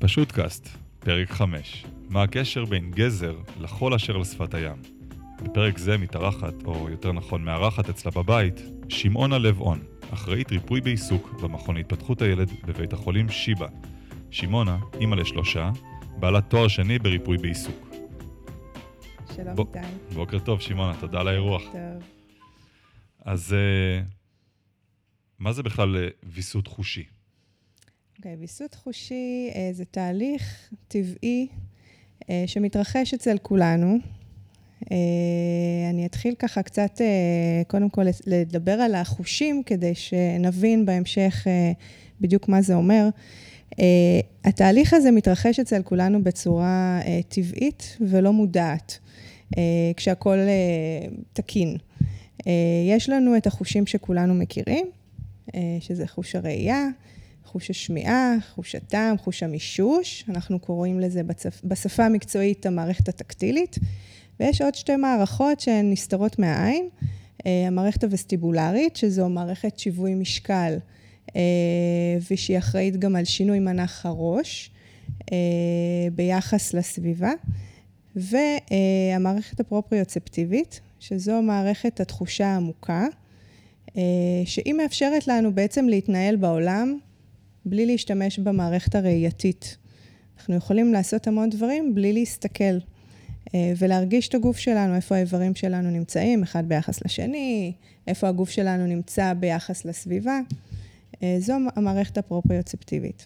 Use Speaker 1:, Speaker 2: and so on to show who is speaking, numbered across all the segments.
Speaker 1: פשוטקאסט, פרק 5. מה הקשר בין גזר לכל אשר על שפת הים? בפרק זה מתארחת, או יותר נכון מארחת אצלה בבית, שמעונה לב-און, אחראית ריפוי בעיסוק במכון להתפתחות הילד בבית החולים שיבא. שמעונה, אמא לשלושה, בעלת תואר שני בריפוי בעיסוק.
Speaker 2: שלום איתי.
Speaker 1: בוקר טוב שמעונה, תודה על האירוח.
Speaker 2: טוב.
Speaker 1: אז מה זה בכלל ויסות חושי?
Speaker 2: אוקיי, ויסות חושי זה תהליך טבעי שמתרחש אצל כולנו. אני אתחיל ככה קצת, קודם כל לדבר על החושים, כדי שנבין בהמשך בדיוק מה זה אומר. התהליך הזה מתרחש אצל כולנו בצורה טבעית ולא מודעת, כשהכל תקין. יש לנו את החושים שכולנו מכירים, שזה חוש הראייה, חוש השמיעה, חוש הטעם, חוש המישוש, אנחנו קוראים לזה בשפה המקצועית המערכת הטקטילית, ויש עוד שתי מערכות שהן נסתרות מהעין, המערכת הווסטיבולרית, שזו מערכת שיווי משקל, ושהיא אחראית גם על שינוי מנח הראש, ביחס לסביבה, והמערכת הפרופריוצפטיבית, שזו מערכת התחושה העמוקה, שהיא מאפשרת לנו בעצם להתנהל בעולם, בלי להשתמש במערכת הראייתית. אנחנו יכולים לעשות המון דברים בלי להסתכל, ולהרגיש את הגוף שלנו, איפה האיברים שלנו נמצאים, אחד ביחס לשני, איפה הגוף שלנו נמצא ביחס לסביבה. זו המערכת הפרופריוצפטיבית.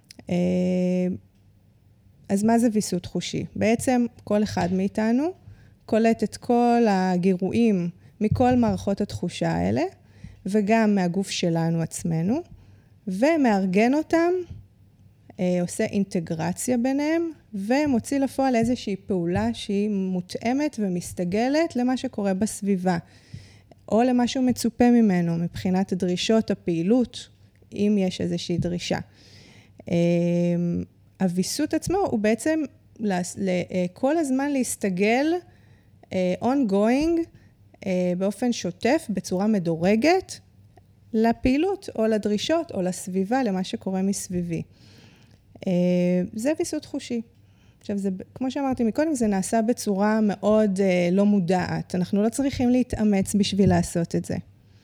Speaker 2: אז מה זה ויסות חושי? בעצם כל אחד מאיתנו קולט את כל הגירויים מכל מערכות התחושה האלה, וגם מהגוף שלנו עצמנו, ומארגן אותם, עושה אינטגרציה ביניהם, ומוציא לפועל איזושהי פעולה שהיא מותאמת ומסתגלת למה שקורה בסביבה, או למה שהוא מצופה ממנו, מבחינת דרישות הפעילות, אם יש איזושהי דרישה. הוויסות עצמו הוא בעצם כל הזמן להסתגל ongoing, באופן שוטף, בצורה מדורגת, לפעילות או לדרישות או לסביבה, למה שקורה מסביבי. זה ויסות חושי. עכשיו, כמו שאמרתי מקודם, זה נעשה בצורה מאוד לא מודעת. אנחנו לא צריכים להתאמץ בשביל לעשות את זה.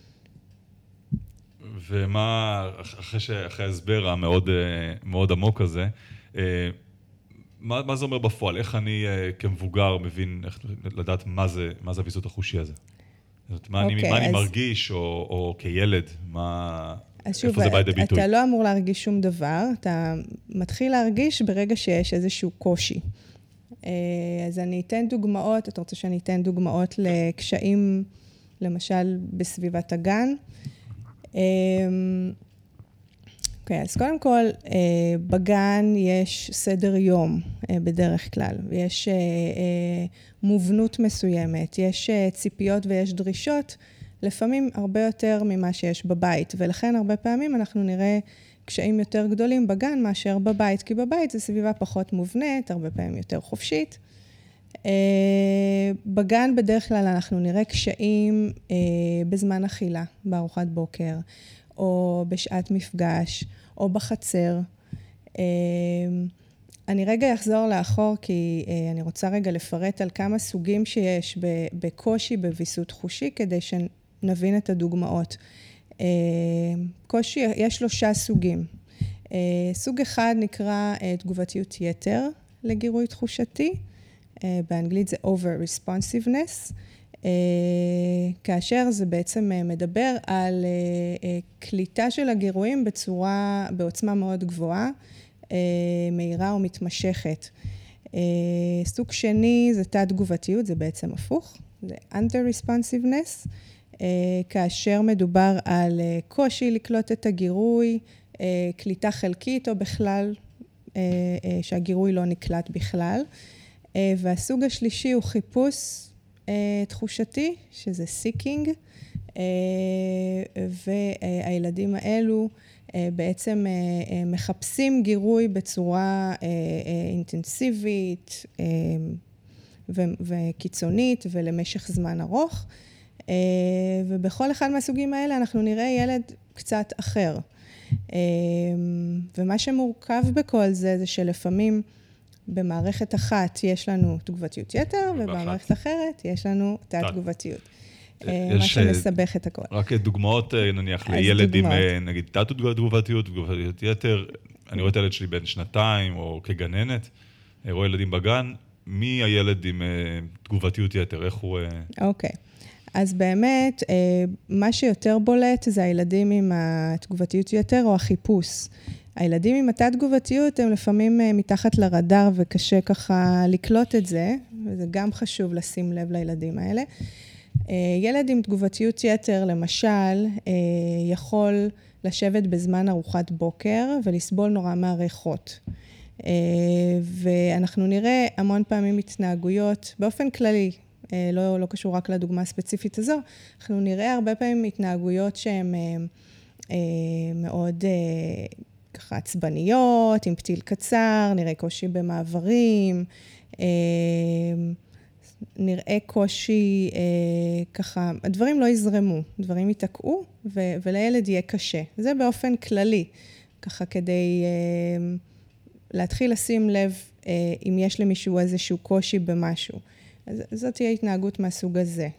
Speaker 1: ומה, אחרי ההסבר המאוד מאוד עמוק הזה, מה זה אומר בפועל? איך אני כמבוגר מבין, איך לדעת מה זה הוויסות החושי הזה? מה אני מרגיש, או כילד, איפה זה בא לידי ביטוי?
Speaker 2: אתה לא אמור להרגיש שום דבר, אתה מתחיל להרגיש ברגע שיש איזשהו קושי. אז אני אתן דוגמאות, אתה רוצה שאני אתן דוגמאות לקשיים, למשל בסביבת הגן. אוקיי, אז קודם כל, בגן יש סדר יום בדרך כלל, ויש מובנות מסוימת, יש ציפיות ויש דרישות, לפעמים הרבה יותר ממה שיש בבית, ולכן הרבה פעמים אנחנו נראה קשיים יותר גדולים בגן מאשר בבית, כי בבית זה סביבה פחות מובנית, הרבה פעמים יותר חופשית. בגן בדרך כלל אנחנו נראה קשיים בזמן אכילה, בארוחת בוקר, או בשעת מפגש, או בחצר. אני רגע אחזור לאחור, כי אני רוצה רגע לפרט על כמה סוגים שיש בקושי בוויסות חושי, כדי שנבין את הדוגמאות. קושי, יש 3 סוגים. סוג אחד נקרא תגובתיות יתר לגירוי תחושתי, באנגלית זה over-responsiveness, כאשר זה בעצם מדבר על קליטה של הגירויים בעוצמה מאוד גבוהה, מהירה ומתמשכת. סוג שני זה תת-תגובתיות, זה בעצם הפוך, זה under-responsiveness, כאשר מדובר על קושי לקלוט את הגירוי, קליטה חלקית או בכלל, שהגירוי לא נקלט בכלל. והסוג השלישי הוא חיפוש תחושתי, שזה seeking, והילדים האלו בעצם מחפשים גירוי בצורה אינטנסיבית וקיצונית ולמשך זמן ארוך, ובכל אחד מהסוגים האלה אנחנו נראה ילד קצת אחר. ומה שמורכב בכל זה, זה שלפעמים במערכת אחת יש לנו תגובתיות יתר, ובמערכת אחרת יש לנו תת-תגובתיות. מה שמסבך את הכל.
Speaker 1: רק דוגמאות, נניח, לילד עם, נגיד, תת-תגובתיות, תגובתיות יתר, אני רואה את הילד שלי בן 2 או כגננת, רואה ילדים בגן, מי הילד עם תגובתיות יתר? איך הוא...
Speaker 2: אוקיי. אז באמת, מה שיותר בולט זה הילדים עם התגובתיות יתר או החיפוש. הילדים עם התת-תגובתיות הם לפעמים מתחת לרדאר וקשה ככה לקלוט את זה, וזה גם חשוב לשים לב לילדים האלה. ילד עם תגובתיות יתר, למשל, יכול לשבת בזמן ארוחת בוקר ולסבול נורא מהריחות. ואנחנו נראה המון פעמים התנהגויות באופן כללי, לא קשור רק לדוגמה הספציפית הזו, אנחנו נראה הרבה פעמים התנהגויות שהן מאוד ככה עצבניות, עם פתיל קצר, נראה קושי במעברים, נראה קושי ככה, הדברים לא יזרמו, דברים יתקעו ולילד יהיה קשה. זה באופן כללי, ככה כדי להתחיל לשים לב אם יש למישהו איזשהו קושי במשהו. אז זאת תהיה התנהגות מהסוג הזה.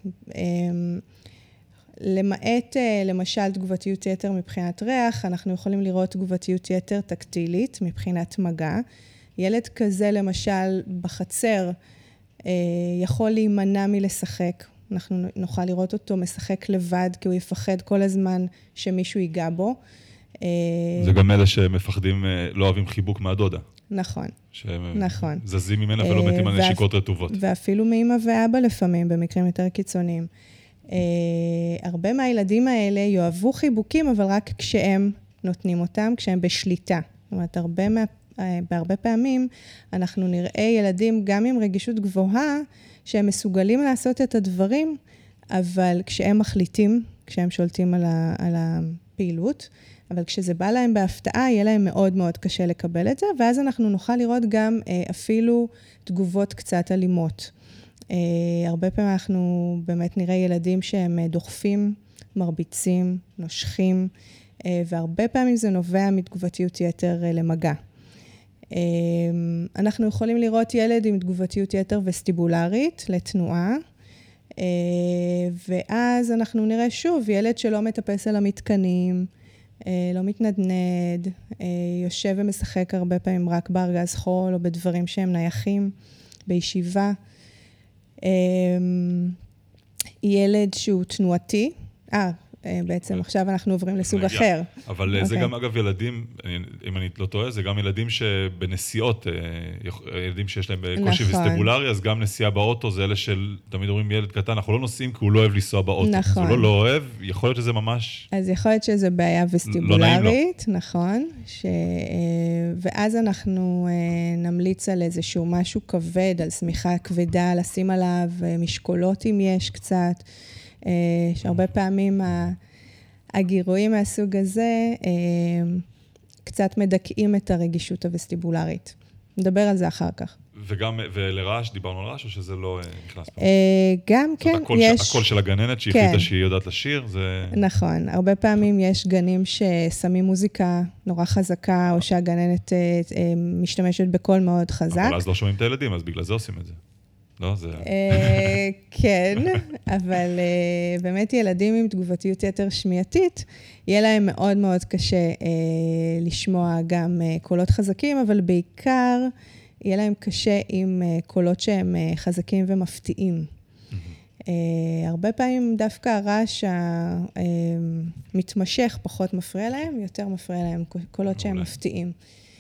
Speaker 2: למעט, למשל, תגובתיות יתר מבחינת ריח, אנחנו יכולים לראות תגובתיות יתר טקטילית מבחינת מגע. ילד כזה, למשל, בחצר, יכול להימנע מלשחק. אנחנו נוכל לראות אותו משחק לבד, כי הוא יפחד כל הזמן שמישהו ייגע בו.
Speaker 1: זה גם אלה שמפחדים, לא אוהבים חיבוק מהדודה.
Speaker 2: נכון, נכון.
Speaker 1: שהם זזים ממנה ולא מתים על נשיקות רטובות.
Speaker 2: ואפילו מאמא ואבא לפעמים, במקרים יותר קיצוניים. הרבה מהילדים האלה יאהבו חיבוקים, אבל רק כשהם נותנים אותם, כשהם בשליטה. זאת אומרת, בהרבה פעמים אנחנו נראה ילדים גם עם רגישות גבוהה, שהם מסוגלים לעשות את הדברים, אבל כשהם מחליטים, כשהם שולטים על הפעילות, אבל כשזה בא להם בהפתעה, יהיה להם מאוד מאוד קשה לקבל את זה, ואז אנחנו נוכל לראות גם אפילו תגובות קצת אלימות. הרבה פעמים אנחנו באמת נראה ילדים שהם דוחפים, מרביצים, נושכים, והרבה פעמים זה נובע מתגובתיות יתר למגע. אנחנו יכולים לראות ילד עם תגובתיות יתר וסטיבולרית לתנועה, ואז אנחנו נראה שוב ילד שלא מטפס על המתקנים, לא מתנדנד, יושב ומשחק הרבה פעמים רק בארגז חול או בדברים שהם נייחים, בישיבה. ילד שהוא תנועתי, בעצם עכשיו אנחנו עוברים לסוג אחר.
Speaker 1: אבל זה גם אגב ילדים, אם אני לא טועה, זה גם ילדים שבנסיעות, ילדים שיש להם קושי וסטיבולרי, אז גם נסיעה באוטו, זה אלה של, תמיד אומרים ילד קטן, אנחנו לא נוסעים כי הוא לא אוהב לנסוע באוטו. נכון. אז הוא לא אוהב, יכול להיות שזה ממש...
Speaker 2: אז יכול להיות שזה בעיה וסטיבולרית, נכון, ואז אנחנו נמליץ על איזשהו משהו כבד, על סמיכה כבדה, לשים עליו משקולות אם יש קצת, שהרבה פעמים הגירויים מהסוג הזה קצת מדכאים את הרגישות הווסטיבולרית. נדבר על זה אחר כך.
Speaker 1: וגם, ולרעש, דיברנו על רעש, או שזה לא נכנס פה?
Speaker 2: גם כן, יש...
Speaker 1: הקול של הגננת שהיא החליטה שהיא יודעת לשיר, זה...
Speaker 2: נכון, הרבה פעמים יש גנים ששמים מוזיקה נורא חזקה, או שהגננת משתמשת בקול מאוד חזק.
Speaker 1: אבל אז לא שומעים את הילדים, אז בגלל זה עושים את זה. לא, זה...
Speaker 2: כן, אבל באמת ילדים עם תגובתיות יתר שמיעתית, יהיה להם מאוד מאוד קשה לשמוע גם קולות חזקים, אבל בעיקר יהיה להם קשה עם קולות שהם חזקים ומפתיעים. הרבה פעמים דווקא הרעש המתמשך פחות מפריע להם, יותר מפריע להם קולות שהם מפתיעים.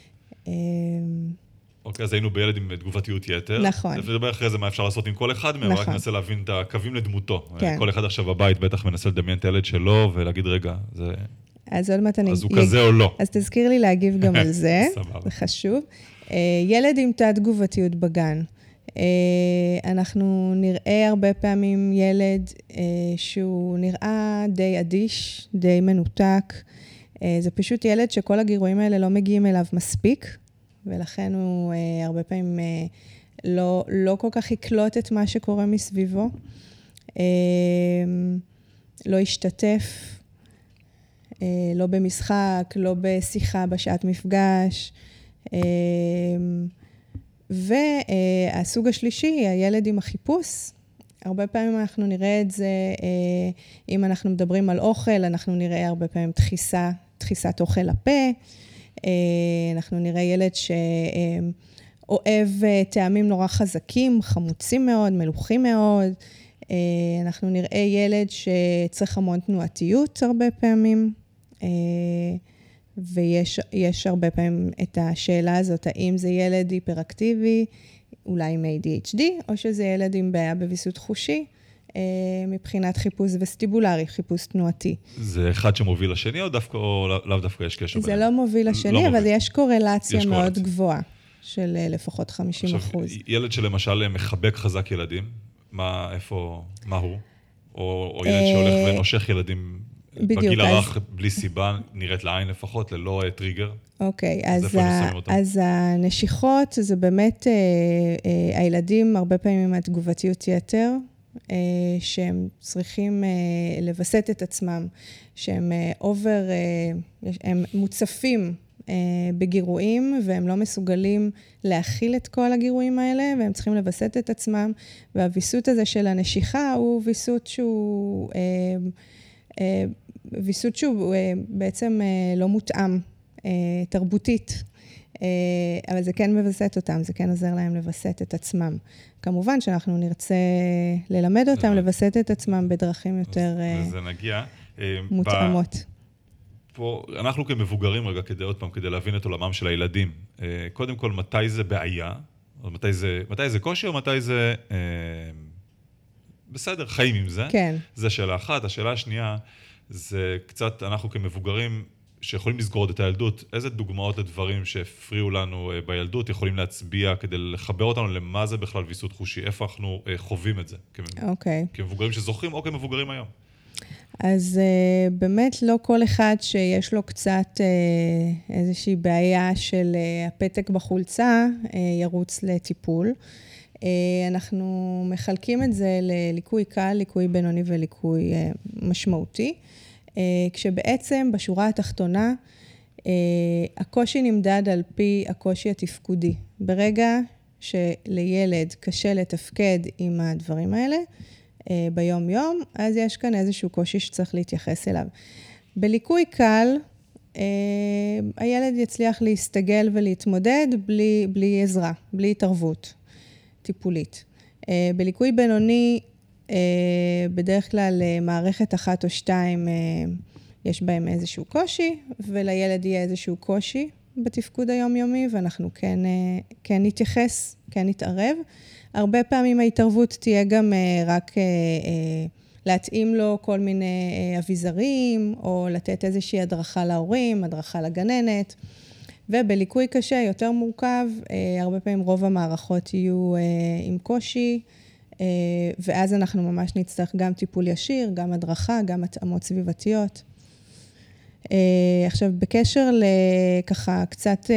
Speaker 1: אוקיי, אז היינו בילד עם תגובתיות יתר.
Speaker 2: נכון.
Speaker 1: ונדבר אחרי זה מה אפשר לעשות עם כל אחד מהם, רק ננסה להבין את הקווים לדמותו. כל אחד עכשיו בבית בטח מנסה לדמיין את הילד שלו, ולהגיד, רגע, זה...
Speaker 2: אז עוד מעט אני...
Speaker 1: אז הוא כזה או לא.
Speaker 2: אז תזכיר לי להגיב גם על זה. זה חשוב. ילד עם תת-תגובתיות בגן. אנחנו נראה הרבה פעמים ילד שהוא נראה די אדיש, די מנותק. זה פשוט ילד שכל הגירויים האלה לא מגיעים אליו מספיק, ולכן הוא הרבה פעמים לא כל כך יקלוט את מה שקורה מסביבו. לא ישתתף. לא במשחק, לא בשיחה בשעת מפגש. והסוג השלישי, הילד עם החיפוש. הרבה פעמים אנחנו נראה את זה, אם אנחנו מדברים על אוכל, אנחנו נראה הרבה פעמים דחיסת אוכל לפה. אנחנו נראה ילד שאוהב טעמים נורא חזקים, חמוצים מאוד, מלוחים מאוד. אנחנו נראה ילד שצריך המון תנועתיות הרבה פעמים. ויש הרבה פעמים את השאלה הזאת, האם זה ילד היפראקטיבי, אולי עם ADHD, או שזה ילד עם בעיה בוויסות חושי, מבחינת חיפוש וסטיבולרי, חיפוש תנועתי.
Speaker 1: זה אחד שמוביל לשני, או לאו דווקא יש קשר ביניהם?
Speaker 2: זה לא מוביל לשני, אבל יש קורלציה מאוד גבוהה, של לפחות 50%.
Speaker 1: ילד שלמשל מחבק חזק ילדים, מה הוא? או ילד שהולך ונושך ילדים בגיל הרך בלי סיבה, נראית לעין לפחות, ללא טריגר.
Speaker 2: אוקיי, אז הנשיכות זה באמת, הילדים הרבה פעמים עם התגובתיות יתר, שהם צריכים לבסט את עצמם, שהם הם מוצפים בגירויים, והם לא מסוגלים להכיל את כל הגירויים האלה, והם צריכים לבסט את עצמם, והוויסות הזה של הנשיכה הוא ויסות שהוא בעצם לא מותאם תרבותית, אבל זה כן מבסט אותם, זה כן עוזר להם לבסט את עצמם. כמובן שאנחנו נרצה ללמד אותם לבסט את עצמם בדרכים יותר מותאמות.
Speaker 1: פה, אנחנו כמבוגרים רגע, כדי להבין את עולמם של הילדים, קודם כל, מתי זה בעיה? מתי זה קושי או מתי זה בסדר, חיים עם זה?
Speaker 2: כן.
Speaker 1: זה שאלה אחת. השאלה השנייה, זה קצת אנחנו כמבוגרים שיכולים לסגור את הילדות, איזה דוגמאות לדברים שהפריעו לנו בילדות יכולים להצביע כדי לחבר אותנו למה זה בכלל ויסות חושי, איפה אנחנו חווים את זה כמבוגרים שזוכרים או כמבוגרים היום?
Speaker 2: אז באמת לא כל אחד שיש לו קצת איזושהי בעיה של הפתק בחולצה ירוץ לטיפול. אנחנו מחלקים את זה לליקוי קל, ליקוי בינוני וליקוי משמעותי, כשבעצם בשורה התחתונה הקושי נמדד על פי הקושי התפקודי. ברגע שלילד קשה לתפקד עם הדברים האלה ביום יום, אז יש כאן איזשהו קושי שצריך להתייחס אליו. בליקוי קל, הילד יצליח להסתגל ולהתמודד בלי עזרה, בלי התערבות טיפולית. בליקוי בינוני, בדרך כלל מערכת 1 או 2 יש בהם איזשהו קושי, ולילד יהיה איזשהו קושי בתפקוד היומיומי, ואנחנו כן נתייחס, כן נתערב. הרבה פעמים ההתערבות תהיה גם רק להתאים לו כל מיני אביזרים, או לתת איזושהי הדרכה להורים, הדרכה לגננת. ובליקוי קשה, יותר מורכב, הרבה פעמים רוב המערכות יהיו עם קושי, ואז אנחנו ממש נצטרך גם טיפול ישיר, גם הדרכה, גם התאמות סביבתיות. עכשיו, בקשר לככה קצת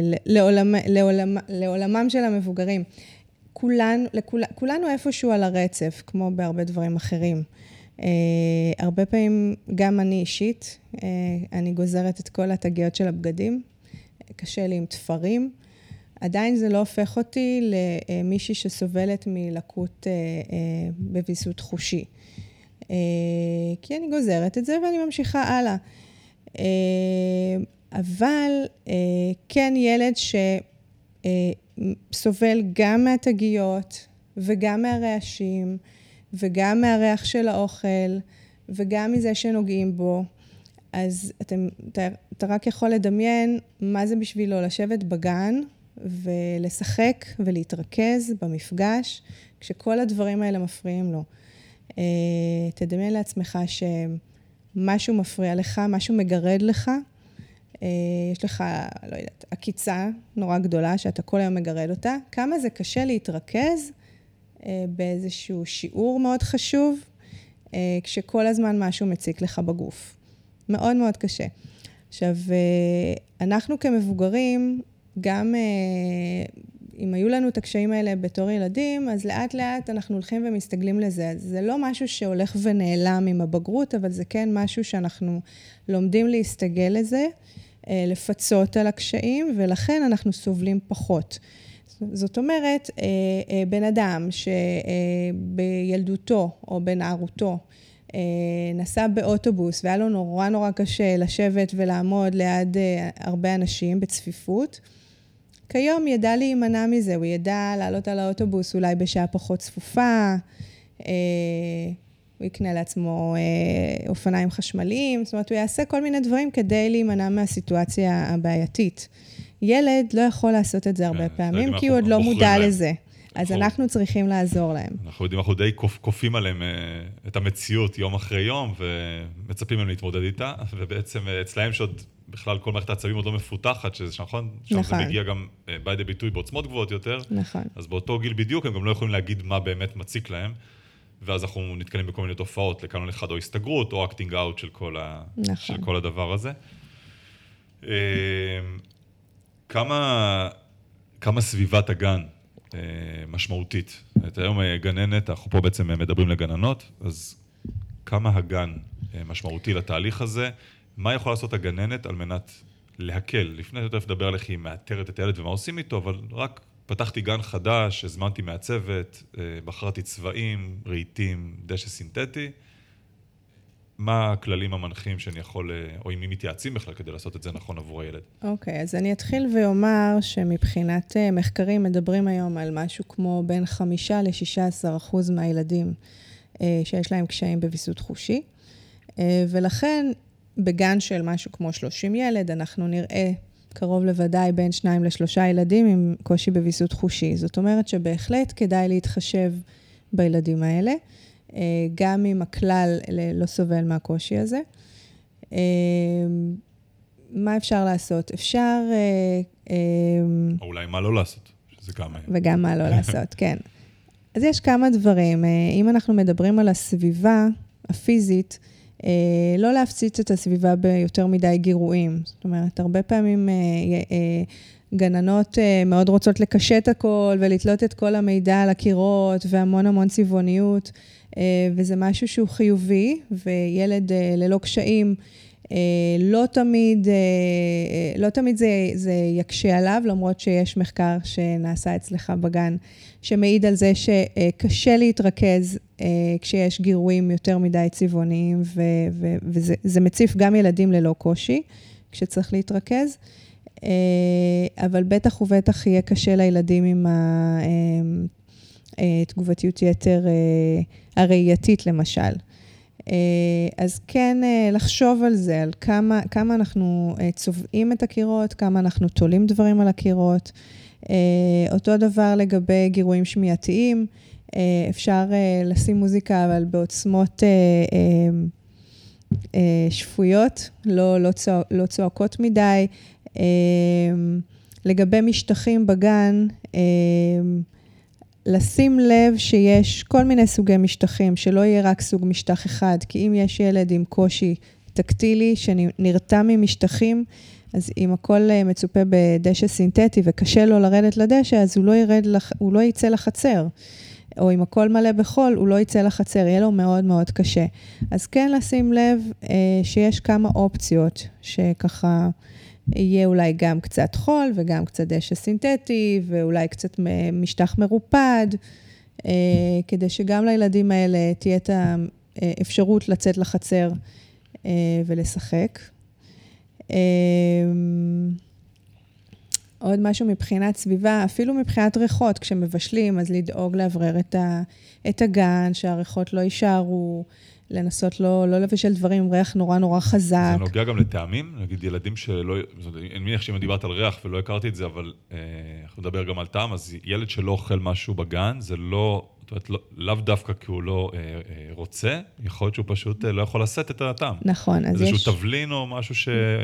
Speaker 2: לעולמם של המבוגרים, כולנו איפשהו על הרצף, כמו בהרבה דברים אחרים. הרבה פעמים, גם אני אישית, אני גוזרת את כל התגיות של הבגדים, קשה לי עם תפרים. עדיין זה לא הופך אותי למישהי שסובלת מלקות בוויסות חושי. כי אני גוזרת את זה ואני ממשיכה הלאה. אבל כן ילד שסובל גם מהתגיות וגם מהרעשים וגם מהריח של האוכל וגם מזה שנוגעים בו, אז אתה רק יכול לדמיין מה זה בשבילו לשבת בגן ולשחק ולהתרכז במפגש, כשכל הדברים האלה מפריעים לו. תדמיין לעצמך שמשהו מפריע לך, משהו מגרד לך, יש לך, לא יודעת, עקיצה נורא גדולה שאתה כל היום מגרד אותה, כמה זה קשה להתרכז באיזשהו שיעור מאוד חשוב, כשכל הזמן משהו מציק לך בגוף. מאוד מאוד קשה. עכשיו, אנחנו כמבוגרים, גם אם היו לנו את הקשיים האלה בתור ילדים, אז לאט לאט אנחנו הולכים ומסתגלים לזה. זה לא משהו שהולך ונעלם עם הבגרות, אבל זה כן משהו שאנחנו לומדים להסתגל לזה, לפצות על הקשיים, ולכן אנחנו סובלים פחות. זאת אומרת, בן אדם שבילדותו או בנערותו נסע באוטובוס, והיה לו נורא נורא קשה לשבת ולעמוד ליד הרבה אנשים בצפיפות, כיום ידע להימנע מזה, הוא ידע לעלות על האוטובוס אולי בשעה פחות צפופה, הוא יקנה לעצמו אופניים חשמליים, זאת אומרת, הוא יעשה כל מיני דברים כדי להימנע מהסיטואציה הבעייתית. ילד לא יכול לעשות את זה הרבה פעמים, כי הוא עוד לא מודע לזה. אז אנחנו צריכים לעזור להם.
Speaker 1: אנחנו יודעים, אנחנו די כופים עליהם את המציאות יום אחרי יום, ומצפים להם להתמודד איתה, ובעצם אצלהם שעוד בכלל כל מערכת העצבים עוד לא מפותחת, שזה נכון? שם זה מגיע גם בידי ביטוי בעוצמות גבוהות יותר.
Speaker 2: נכון.
Speaker 1: אז באותו גיל בדיוק הם גם לא יכולים להגיד מה באמת מציק להם, ואז אנחנו נתקלים בכל מיני תופעות, לכאן אחד או הסתגרות, או אקטינג אאוט של כל הדבר הזה. כמה סביבת הגן משמעותית? היום גננת, אנחנו פה בעצם מדברים לגננות, אז כמה הגן משמעותי לתהליך הזה? מה יכול לעשות הגננת על מנת להקל? לפני יותר לדבר על איך היא מאתרת את הילד ומה עושים איתו, אבל רק פתחתי גן חדש, הזמנתי מהצוות, בחרתי צבעים, רהיטים, דשא סינתטי. מה הכללים המנחים שאני יכול, או אם מתייעצים בכלל כדי לעשות את זה נכון עבור הילד?
Speaker 2: אוקיי, אז אני אתחיל ואומר שמבחינת מחקרים מדברים היום על משהו כמו בין 5-16% מהילדים שיש להם קשיים בוויסות חושי, ולכן בגן של משהו כמו 30 ילד, אנחנו נראה קרוב לוודאי בין 2-3 ילדים עם קושי בוויסות חושי. זאת אומרת שבהחלט כדאי להתחשב בילדים האלה, גם אם הכלל לא סובל מהקושי הזה. מה אפשר לעשות? אפשר...
Speaker 1: או אולי מה לא לעשות, שזה גם...
Speaker 2: וגם מה לא לעשות, כן. אז יש כמה דברים. אם אנחנו מדברים על הסביבה הפיזית, לא להפציץ את הסביבה ביותר מדי גירויים. זאת אומרת, הרבה פעמים גננות מאוד רוצות לקשט הכל ולתלות את כל המידע על הקירות והמון המון צבעוניות, וזה משהו שהוא חיובי, וילד ללא קשיים, לא תמיד זה יקשה עליו, למרות שיש מחקר שנעשה אצלך בגן, שמעיד על זה שקשה להתרכז כשיש גירויים יותר מדי צבעוניים, וזה מציף גם ילדים ללא קושי, כשצריך להתרכז, אבל בטח ובטח יהיה קשה לילדים עם תגובתיות יתר הראייתית למשל. אז כן לחשוב על זה, על כמה אנחנו צובעים את הקירות, כמה אנחנו תולים דברים על הקירות. אותו דבר לגבי גירויים שמיעתיים, אפשר לשים מוזיקה אבל בעוצמות שפויות, לא צועקות מדי. לגבי משטחים בגן, לשים לב שיש כל מיני סוגי משטחים, שלא יהיה רק סוג משטח אחד, כי אם יש ילד עם קושי טקטילי שנרתע ממשטחים, אז אם הכל מצופה בדשא סינתטי וקשה לו לרדת לדשא, אז הוא לא יצא לחצר. או אם הכל מלא בחול, הוא לא יצא לחצר, יהיה לו מאוד מאוד קשה. אז כן לשים לב שיש כמה אופציות, שככה יהיה אולי גם קצת חול וגם קצת דשא סינתטי, ואולי קצת משטח מרופד, כדי שגם לילדים האלה תהיה את האפשרות לצאת לחצר ולשחק. עוד משהו מבחינת סביבה, אפילו מבחינת ריחות, כשמבשלים, אז לדאוג לעברר את הגן, שהריחות לא יישארו, לנסות לא לבשל דברים עם ריח נורא נורא חזק.
Speaker 1: זה נוגע גם לטעמים, נגיד ילדים שלא, אני מניח שאם דיברת על ריח ולא הכרתי את זה, אבל אנחנו נדבר גם על טעם, אז ילד שלא אוכל משהו בגן, זה לא, לאו דווקא כי הוא לא רוצה, יכול להיות שהוא פשוט לא יכול לשאת את הטעם.
Speaker 2: נכון, אז
Speaker 1: יש... איזשהו תבלין או משהו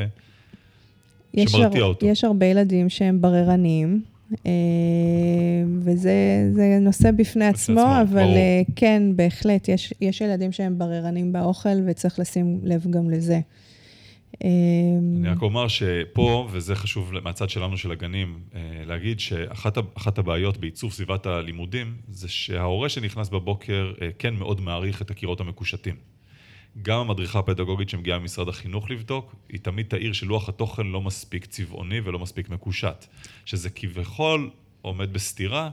Speaker 1: שמרתיע אותו.
Speaker 2: יש הרבה ילדים שהם בררנים, וזה נושא בפני עצמו, אבל כן, בהחלט, יש ילדים שהם בררנים באוכל, וצריך לשים לב גם לזה.
Speaker 1: אני רק אומר שפה, וזה חשוב מהצד שלנו של הגנים, להגיד שאחת הבעיות בעיצוב סביבת הלימודים, זה שההורה שנכנס בבוקר כן מאוד מעריך את הקירות המקושטים. גם המדריכה הפדגוגית שמגיעה ממשרד החינוך לבדוק, היא תמיד תעיר שלוח התוכן לא מספיק צבעוני ולא מספיק מקושט. שזה כביכול עומד בסתירה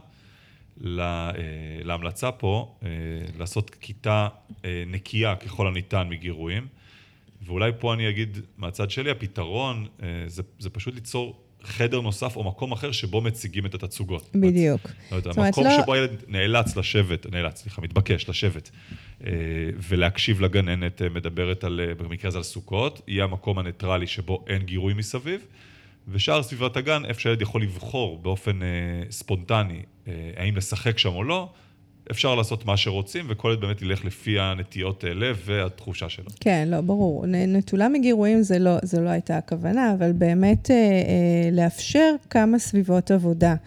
Speaker 1: להמלצה פה, לעשות כיתה נקייה ככל הניתן מגירויים, ואולי פה אני אגיד מהצד שלי, הפתרון זה פשוט ליצור חדר נוסף או מקום אחר שבו מציגים את התצוגות.
Speaker 2: בדיוק.
Speaker 1: המקום שבו הילד מתבקש לשבת, ולהקשיב לגננת מדברת במקרה הזה על סוכות, יהיה המקום הניטרלי שבו אין גירוי מסביב, ושאר סביבת הגן, איפה שהילד יכול לבחור באופן ספונטני, האם לשחק שם או לא, אפשר לעשות מה שרוצים, וכל ילד באמת ילך לפי הנטיות לב והתחושה שלו.
Speaker 2: כן, לא, ברור. נטולה מגירויים זה לא הייתה הכוונה, אבל באמת לאפשר כמה סביבות עבודה.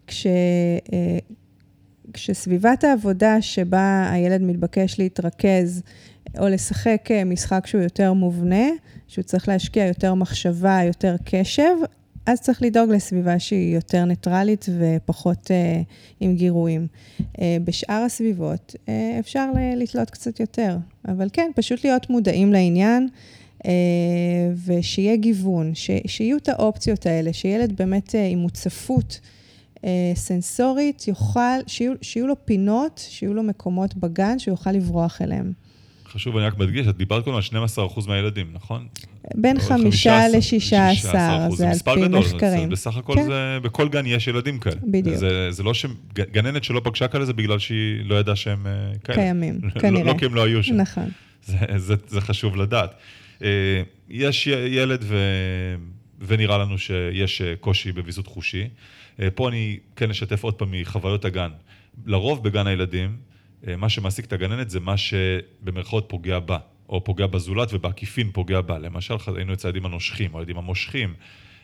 Speaker 2: כשסביבת העבודה שבה הילד מתבקש להתרכז, או לשחק משחק שהוא יותר מובנה, שהוא צריך להשקיע יותר מחשבה, יותר קשב, אז צריך לדאוג לסביבה שהיא יותר ניטרלית ופחות עם גירויים. בשאר הסביבות אפשר לתלות קצת יותר, אבל כן, פשוט להיות מודעים לעניין, ושיהיה גיוון, שיהיו את האופציות האלה, שילד באמת עם מוצפות סנסורית, שיהיו לו פינות, שיהיו לו מקומות בגן, שיוכל לברוח אליהם.
Speaker 1: חשוב, אני רק מדגיש, את דיברת כל על 12% מהילדים, נכון?
Speaker 2: בין 5 ל-16%, זה על פי מחקרים.
Speaker 1: בסך הכל זה, בכל גן יש ילדים כאלה.
Speaker 2: בדיוק.
Speaker 1: זה לא שגננת שלא פגשה כאלה, זה בגלל שהיא לא ידעה שהם כאלה.
Speaker 2: קיימים, כנראה.
Speaker 1: לא כי הם לא היו שם.
Speaker 2: נכון.
Speaker 1: זה חשוב לדעת. יש ילד ונראה לנו שיש קושי בוויסות חושי. פה אני כן אשתף עוד פעם מחוויות הגן. לרוב בגן הילדים, מה שמעסיק את הגננת זה מה שבמרכאות פוגע בה, או פוגע בזולת ובעקיפין פוגע בה. למשל, היינו את הילדים הנושכים, או הילדים המושכים.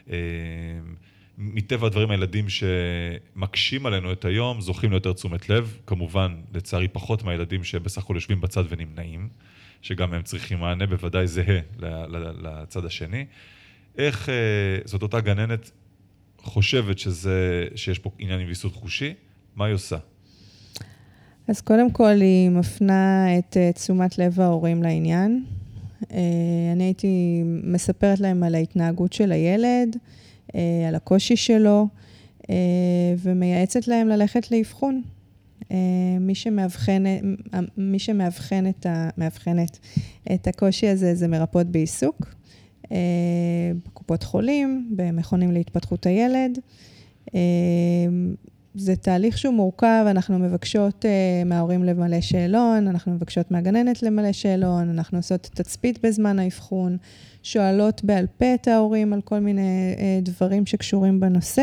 Speaker 1: מטבע הדברים, הילדים שמקשים עלינו את היום, זוכים ליותר תשומת לב. כמובן, לצערי פחות מהילדים שבסך הכל יושבים בצד ונמנעים, שגם הם צריכים מענה בוודאי זהה לצד השני. איך זאת אותה גננת חושבת שיש פה עניין עם ויסות חושי? מה היא עושה?
Speaker 2: אז קודם כל היא מפנה את תשומת לב ההורים לעניין. אני הייתי מספרת להם על ההתנהגות של הילד, על הקושי שלו, ומייעצת להם ללכת לאבחון. מי שמאבחנת את הקושי הזה זה מרפאות בעיסוק, בקופות חולים, במכונים להתפתחות הילד. זה תהליך שהוא מורכב, אנחנו מבקשות מההורים למלא שאלון, אנחנו מבקשות מהגננת למלא שאלון, אנחנו עושות תצפית בזמן האבחון, שואלות בעל פה את ההורים על כל מיני דברים שקשורים בנושא,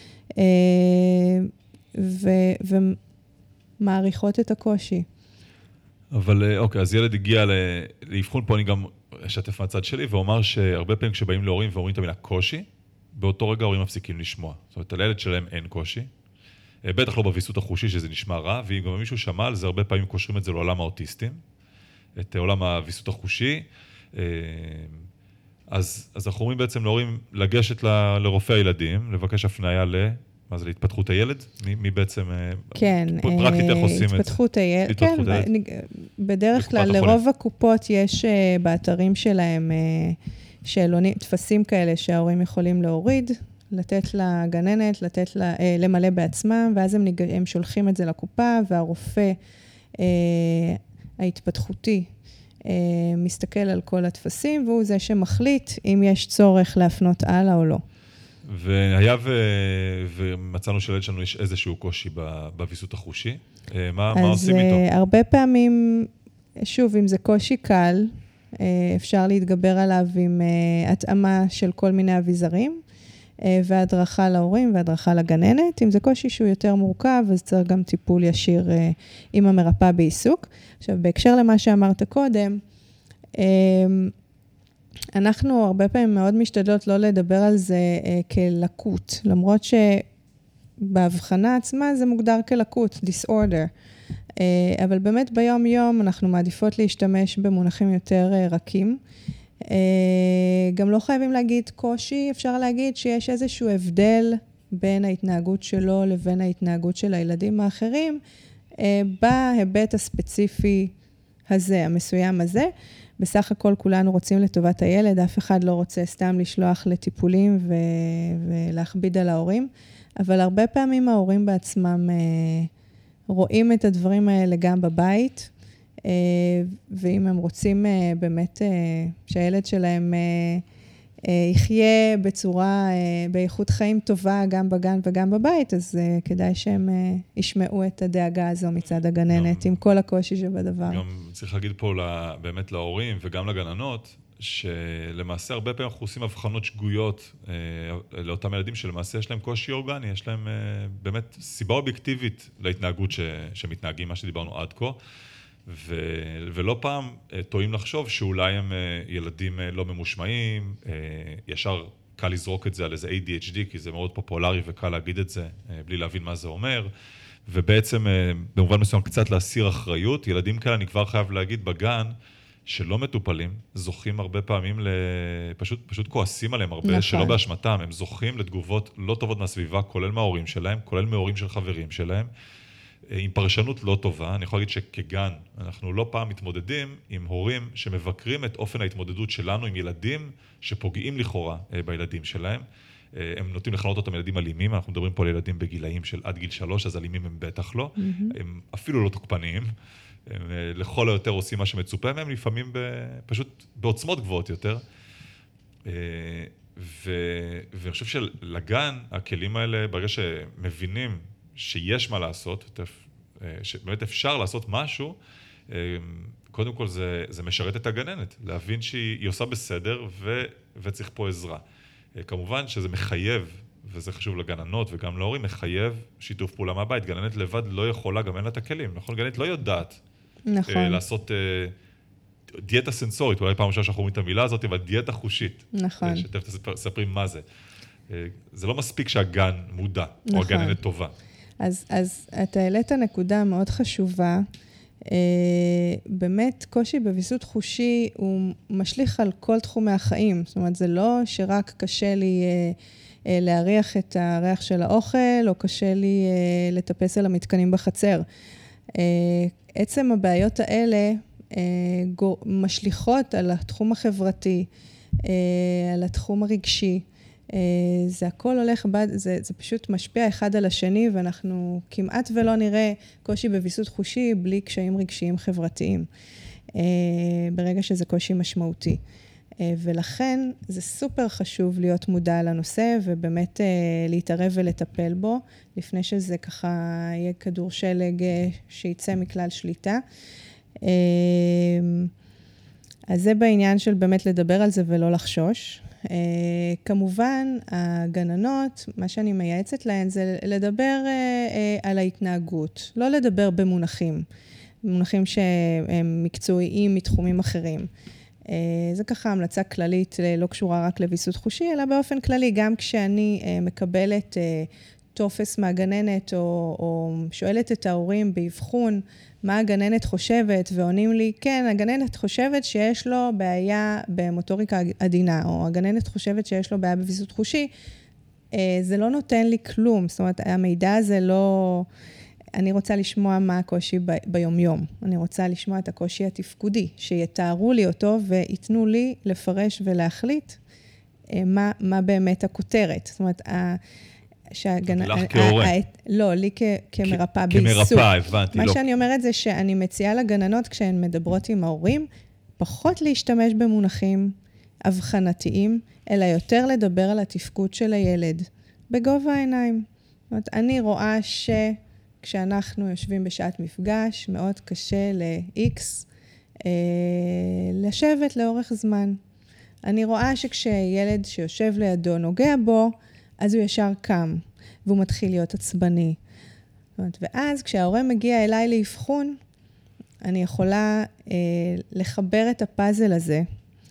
Speaker 2: ומעריכות את הקושי.
Speaker 1: אבל אוקיי, אז ילד הגיע לאבחון, פה אני גם אשתף מהצד שלי, ואומר שהרבה פעמים כשבאים להורים ואומרים את המילה קושי, באותו רגע ההורים מפסיקים לשמוע. זאת אומרת, לילד שלהם אין קושי, בטח לא בוויסות החושי שזה נשמע רע, ואם גם מישהו שמע על זה, הרבה פעמים קושרים את זה לעולם האוטיסטים, את עולם הוויסות החושי, אז אנחנו אומרים בעצם להורים לגשת לרופא הילדים, לבקש הפניה מה זה, להתפתחות הילד? מי בעצם,
Speaker 2: כן,
Speaker 1: פרקטית איך עושים את זה?
Speaker 2: התפתחות הילד, כן, בדרך כלל לרוב הקופות יש באתרים שלהם שאלונים, תפסים כאלה שההורים יכולים להוריד, לתת לגננת, למלא בעצמם, ואז הם שולחים את זה לקופה, והרופא ההתפתחותי מסתכל על כל התפסים, והוא זה שמחליט אם יש צורך להפנות הלאה או לא.
Speaker 1: והיה ומצאנו שלילד שלנו יש איזשהו קושי בוויסות החושי, מה עושים איתו?
Speaker 2: אז הרבה פעמים, שוב, אם זה קושי קל, אפשר להתגבר עליו עם התאמה של כל מיני אביזרים, והדרכה להורים והדרכה לגננת. אם זה קושי שהוא יותר מורכב, אז צריך גם טיפול ישיר עם המרפאה בעיסוק. עכשיו, בהקשר למה שאמרת קודם, אנחנו הרבה פעמים מאוד משתדלות לא לדבר על זה כלקות, למרות שבהבחנה עצמה זה מוגדר כלקות, disorder. אבל באמת ביום יום אנחנו מעדיפות להשתמש במונחים יותר רכים, גם לא חייבים להגיד קושי, אפשר להגיד שיש איזשהו הבדל בין ההתנהגות שלו לבין ההתנהגות של הילדים האחרים, בהיבט הספציפי הזה, המסוים הזה. בסך הכל כולנו רוצים לטובת הילד, אף אחד לא רוצה סתם לשלוח לטיפולים ולהכביד על ההורים, אבל הרבה פעמים ההורים בעצמם רואים את הדברים האלה גם בבית, ואם הם רוצים באמת שהילד שלהם יחיה בצורה, באיכות חיים טובה גם בגן וגם בבית, אז כדאי שהם ישמעו את הדאגה הזו מצד הגננת, עם כל הקושי שבדבר.
Speaker 1: גם צריך להגיד פה באמת להורים וגם לגננות, שלמעשה הרבה פעמים אנחנו עושים הבחנות שגויות לאותם ילדים שלמעשה יש להם קושי אורגני, יש להם באמת סיבה אובייקטיבית להתנהגות שמתנהגים, מה שדיברנו עד כה, ולא פעם טועים לחשוב שאולי הם ילדים לא ממושמעים, ישר קל לזרוק את זה על איזה ADHD, כי זה מאוד פופולרי וקל להגיד את זה בלי להבין מה זה אומר, ובעצם במובן מסוים קצת להסיר אחריות. ילדים כאלה, אני כבר חייב להגיד, בגן שלא מטופלים, זוכים הרבה פעמים, פשוט כועסים עליהם הרבה, שלא באשמתם, הם זוכים לתגובות לא טובות מהסביבה, כולל מההורים שלהם, כולל מההורים של חברים שלהם, עם פרשנות לא טובה. אני יכול להגיד שכגן, אנחנו לא פעם מתמודדים עם הורים שמבקרים את אופן ההתמודדות שלנו עם ילדים שפוגעים לכאורה בילדים שלהם. הם נוטים לכנות אותם ילדים אלימים, אנחנו מדברים פה על ילדים בגילאים של עד גיל 3, אז אלימים הם בטח לא, הם אפילו לא תוקפניים, הם לכל היותר עושים מה שמצופה מהם, לפעמים פשוט בעוצמות גבוהות יותר. ואני חושב שלגן, הכלים האלה, ברגע שמבינים שיש מה לעשות, שבאמת אפשר לעשות משהו, קודם כל זה משרת את הגננת, להבין שהיא עושה בסדר וצריך פה עזרה. כמובן שזה מחייב, וזה חשוב לגננות וגם להורים, מחייב שיתוף פעולה מהבית. גננת לבד לא יכולה, גם אין לה את הכלים, נכון? גננת לא יודעת לעשות דיאטה סנסורית, אולי פעם ראשונה שאנחנו אומרים את המילה הזאת, אבל דיאטה חושית.
Speaker 2: נכון.
Speaker 1: שתכף תספרים מה זה. זה לא מספיק שהגן מודע, או הגננת טובה.
Speaker 2: אז אתה העלית נקודה מאוד חשובה. באמת, קושי בוויסות חושי הוא משליך על כל תחומי החיים. זאת אומרת, זה לא שרק קשה לי להריח את הריח של האוכל, או קשה לי לטפס על המתקנים בחצר. עצם הבעיות האלה משליכות על התחום החברתי, על התחום הרגשי. זה הכל הולך, זה פשוט משפיע אחד על השני, ואנחנו כמעט ולא נראה קושי בוויסות חושי בלי קשיים רגשיים חברתיים, ברגע שזה קושי משמעותי. ולכן זה סופר חשוב להיות מודע לנושא, ובאמת להתערב ולטפל בו, לפני שזה ככה יהיה כדור שלג שיצא מכלל שליטה. אז זה בעניין של באמת לדבר על זה ולא לחשוש. כמובן, הגננות, מה שאני מייעצת להן זה לדבר על ההתנהגות, לא לדבר במונחים שהם מקצועיים מתחומים אחרים. זה ככה המלצה כללית, לא קשורה רק לוויסות חושי, אלא באופן כללי, גם כשאני מקבלת טופס מהגננת, או שואלת את ההורים באבחון, מה הגננת חושבת, ועונים לי, כן, הגננת חושבת שיש לו בעיה במוטוריקה עדינה, או הגננת חושבת שיש לו בעיה בוויסות חושי, זה לא נותן לי כלום, זאת אומרת, המידע הזה לא... אני רוצה לשמוע מה הקושי ביומיום, אני רוצה לשמוע את הקושי התפקודי, שיתארו לי אותו ויתנו לי לפרש ולהחליט מה באמת הכותרת. זאת אומרת,
Speaker 1: לך כהורה.
Speaker 2: לא, לי כמרפאה בעיסוק.
Speaker 1: כמרפאה, הבנתי.
Speaker 2: מה שאני אומרת זה שאני מציעה לגננות, כשהן מדברות עם ההורים, פחות להשתמש במונחים אבחנתיים, אלא יותר לדבר על התפקוד של הילד, בגובה העיניים. זאת אומרת, אני רואה שכשאנחנו יושבים בשעת מפגש, מאוד קשה ל-X לשבת לאורך זמן. אני רואה שכשילד שיושב לידו נוגע בו, אז הוא ישר קם, והוא מתחיל להיות עצבני. ואז כשההורה מגיע אליי לאבחון, אני יכולה לחבר את הפאזל הזה,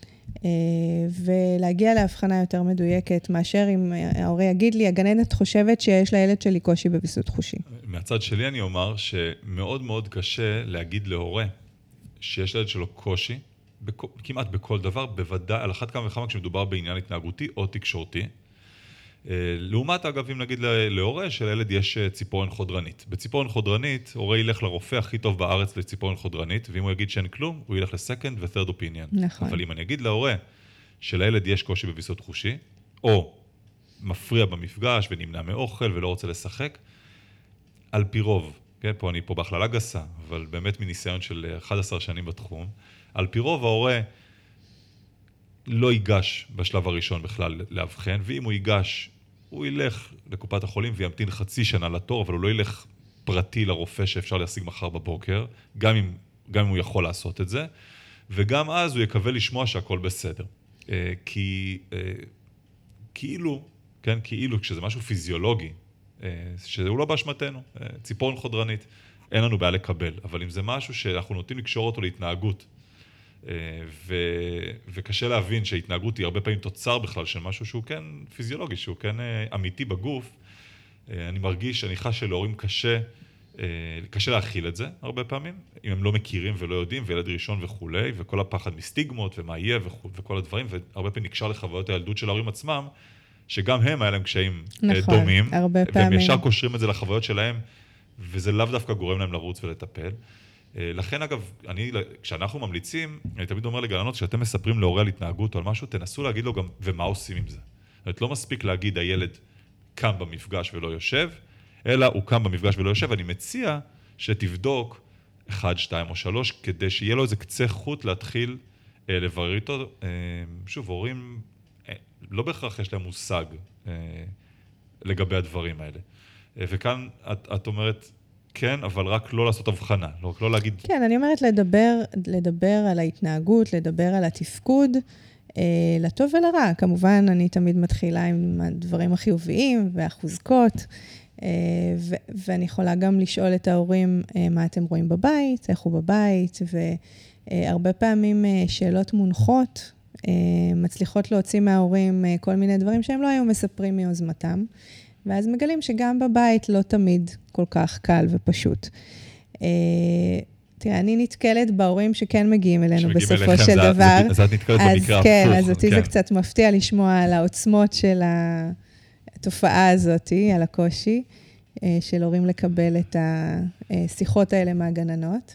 Speaker 2: ולהגיע להבחנה יותר מדויקת, מאשר אם ההורה יגיד לי, הגננת חושבת שיש לילד שלי קושי בוויסות חושי.
Speaker 1: מהצד שלי אני אומר שמאוד מאוד קשה להגיד להורה שיש לילד שלו קושי כמעט בכל דבר, בוודאי, על אחת כמה וכמה כשמדובר בעניין התנהגותי או תקשורתי. לעומת, אגב, אם נגיד להורה, שלילד יש ציפורן חודרנית. בציפורן חודרנית, הורה ילך לרופא הכי טוב בארץ לציפורן חודרנית, ואם הוא יגיד שאין כלום, הוא ילך לסקנד ו-third opinion.
Speaker 2: נכון.
Speaker 1: אבל אם אני אגיד להורה שלילד יש קושי בוויסות חושי, או מפריע במפגש ונמנע מאוכל ולא רוצה לשחק, על פי רוב, כן, אני פה בהכללה גסה, אבל באמת מניסיון של 11 שנים בתחום, על פי רוב ההורה לא ייגש בשלב הראשון בכלל להבחן, ואם הוא ייגש, הוא ילך לקופת החולים וימתין חצי שנה לתור, אבל הוא לא ילך פרטי לרופא שאפשר להשיג מחר בבוקר, גם אם הוא יכול לעשות את זה, וגם אז הוא יקווה לשמוע שהכל בסדר. כאילו, כן, כאילו כשזה משהו פיזיולוגי, שהוא לא באשמתנו, ציפורן חודרנית, אין לנו בעיה לקבל, אבל אם זה משהו שאנחנו נוטים לקשור אותו להתנהגות, וקשה להבין שההתנהגות היא הרבה פעמים תוצר בכלל של משהו שהוא כן פיזיולוגי, שהוא כן אמיתי בגוף, אני מרגיש, אני חש שלהורים קשה להכיל את זה הרבה פעמים, אם הם לא מכירים ולא יודעים, וילד ראשון וכולי, וכל הפחד מסטיגמות ומה יהיה וכל הדברים, והרבה פעמים נקשר לחוויות הילדות של ההורים עצמם, שגם הם היה להם קשיים
Speaker 2: נכון,
Speaker 1: דומים, והם
Speaker 2: פעמים.
Speaker 1: ישר קושרים את זה לחוויות שלהם, וזה לאו דווקא גורם להם לרוץ ולטפל. לכן אגב, כשאנחנו ממליצים, אני תמיד אומר לגננות, כשאתם מספרים להורה על התנהגות או על משהו, תנסו להגיד לו גם, ומה עושים עם זה. זאת אומרת, לא מספיק להגיד, הילד קם במפגש ולא יושב, אלא הוא קם במפגש ולא יושב, אני מציע שתבדוק 1, 2 או 3, כדי שיהיה לו איזה קצה חוט להתחיל לברר איתו. שוב, הורים לא בהכרח יש להם מושג לגבי הדברים האלה. וכאן את אומרת, כן, אבל רק לא לעשות הבחנה, לא להגיד...
Speaker 2: כן, אני אומרת לדבר על ההתנהגות, לדבר על התפקוד, לטוב ולרע. כמובן, אני תמיד מתחילה עם הדברים החיוביים והחוזקות, ואני יכולה גם לשאול את ההורים מה אתם רואים בבית, איך הוא בבית, והרבה פעמים שאלות מונחות, מצליחות להוציא מההורים כל מיני דברים שהם לא היו מספרים מיוזמתם, ואז מגלים שגם בבית לא תמיד כל כך קל ופשוט. תראה, אני נתקלת בהורים שכן מגיעים אלינו בסופו של דבר.
Speaker 1: אז את נתקלת במקרה הפוך.
Speaker 2: כן, אז אותי זה קצת מפתיע לשמוע על העוצמות של התופעה הזאת, על הקושי של הורים לקבל את השיחות האלה מהגננות.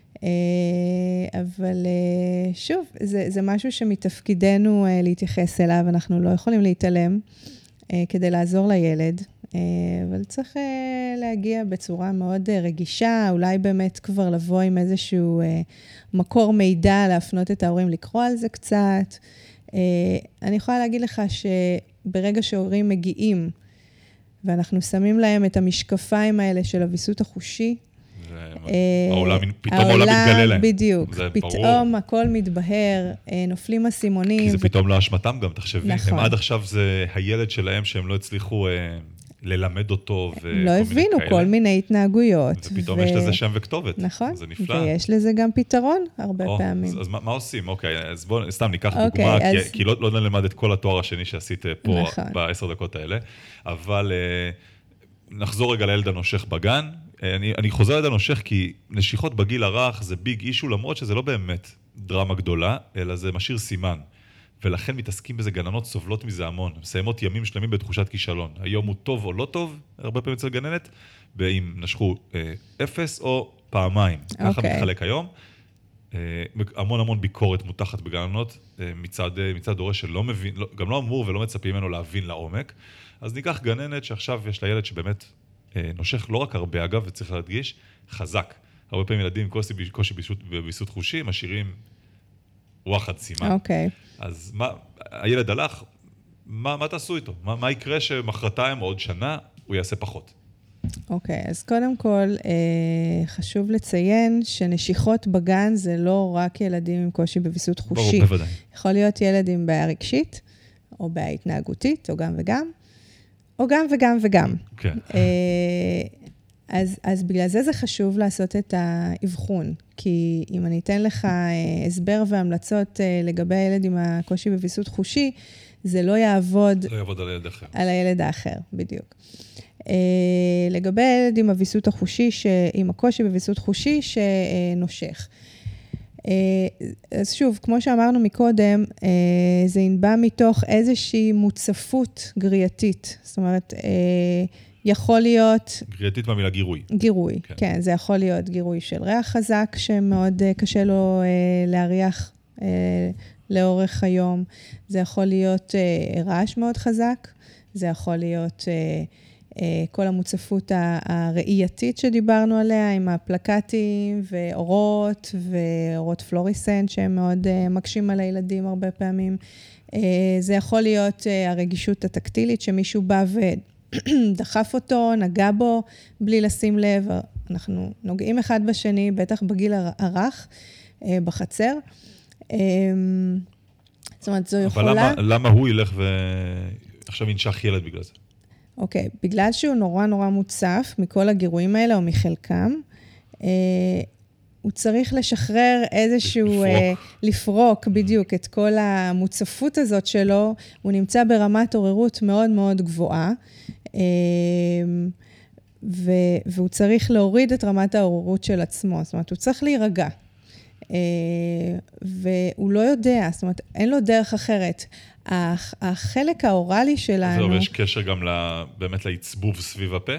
Speaker 2: אבל שוב, זה משהו שמתפקידנו להתייחס אליו, אנחנו לא יכולים להתעלם כדי לעזור לילד, אבל צריך להגיע בצורה מאוד רגישה, אולי באמת כבר לבוא עם איזשהו מקור מידע, להפנות את ההורים לקרוא על זה קצת. אני יכולה להגיד לך שברגע שההורים מגיעים, ואנחנו שמים להם את המשקפיים האלה של הוויסות החושי,
Speaker 1: פתאום העולם מתגלה להם.
Speaker 2: בדיוק, פתאום הכל מתבהר, נופלים הסימונים.
Speaker 1: כי זה פתאום לא אשמתם גם, תחשבי.
Speaker 2: נכון.
Speaker 1: הם עד עכשיו זה הילד שלהם שהם לא הצליחו ללמד אותו.
Speaker 2: לא הבינו כל מיני התנהגויות.
Speaker 1: ופתאום יש לזה שם וכתובת.
Speaker 2: נכון,
Speaker 1: זה נפלא.
Speaker 2: ויש לזה גם פתרון הרבה פעמים.
Speaker 1: אז מה עושים? אוקיי, אז בואו סתם ניקח דוגמה, כי לא נלמד את כל התואר השני שעשית פה ב10 דקות האלה, אבל נחזור רגע לילד הנושך בגן. אני חוזר לילד הנושך כי נשיכות בגיל הרך זה ביג אישו, למרות שזה לא באמת דרמה גדולה, אלא זה משאיר סימן. ולכן מתעסקים בזה, גננות סובלות מזה המון. מסיימות ימים שלמים בתחושת כישלון. היום הוא טוב או לא טוב, הרבה פעמים אצל גננת, ואם נשכו 0 או פעמיים. ככה מתחלק היום. המון ביקורת מותחת בגננות, מצד הורה שלא מבין, גם לא אמור ולא מצפים ממנו להבין לעומק. אז ניקח גננת שעכשיו יש לה ילד שבאמת נושך לא רק הרבה אגב, וצריך להדגיש, חזק. הרבה פעמים ילדים עם קושי בוויסות חושי, משאירים וואחד סימן.
Speaker 2: אוקיי.
Speaker 1: אז הילד הלך, מה תעשו איתו? מה יקרה שמחרתיים או עוד שנה הוא יעשה פחות?
Speaker 2: אוקיי, אז קודם כל, חשוב לציין שנשיכות בגן זה לא רק ילדים עם קושי בוויסות חושי.
Speaker 1: ברור, בוודאי.
Speaker 2: יכול להיות ילד עם בעיה רגשית, או בעיה התנהגותית, או גם וגם, או גם וגם וגם.
Speaker 1: כן.
Speaker 2: אז בגלל זה חשוב לעשות את האבחון, כי אם אני אתן לך הסבר והמלצות לגבי הילד עם הקושי בוויסות חושי, זה לא יעבוד...
Speaker 1: לא יעבוד על הילד האחר.
Speaker 2: על הילד האחר, בדיוק. לגבי הילד עם הוויסות החושי, עם הקושי בוויסות חושי שנושך. אז שוב, כמו שאמרנו מקודם, זה ינבע מתוך איזושהי מוצפות גרייתית. זאת אומרת, יכול להיות...
Speaker 1: גרייתית במילה גירוי.
Speaker 2: גירוי, כן. זה יכול להיות גירוי של ריח חזק, שמאוד קשה לו להריח לאורך היום. זה יכול להיות רעש מאוד חזק. זה יכול להיות כל המוצפות הראייתית שדיברנו עליה, עם הפלקטים ואורות ואורות פלוריסנט, שהם מאוד מקשים על הילדים הרבה פעמים. זה יכול להיות הרגישות הטקטילית, שמישהו בא ודחף אותו, נגע בו, בלי לשים לב. אנחנו נוגעים אחד בשני, בטח בגיל הרך, בחצר. זאת אומרת, זו יכולה...
Speaker 1: אבל למה הוא ילך ועכשיו ינשך ילד בגלל זה?
Speaker 2: אוקיי, בגלל שהוא נורא נורא מוצף מכל הגירויים האלה או מחלקם, הוא צריך לשחרר איזשהו... לפרוק בדיוק את כל המוצפות הזאת שלו. הוא נמצא ברמת עוררות מאוד מאוד גבוהה, והוא צריך להוריד את רמת העוררות של עצמו. זאת אומרת, הוא צריך להירגע. והוא לא יודע, זאת אומרת, אין לו דרך אחרת. החלק האורלי שלנו...
Speaker 1: זהו, ויש קשר גם באמת לעצבוב סביב הפה?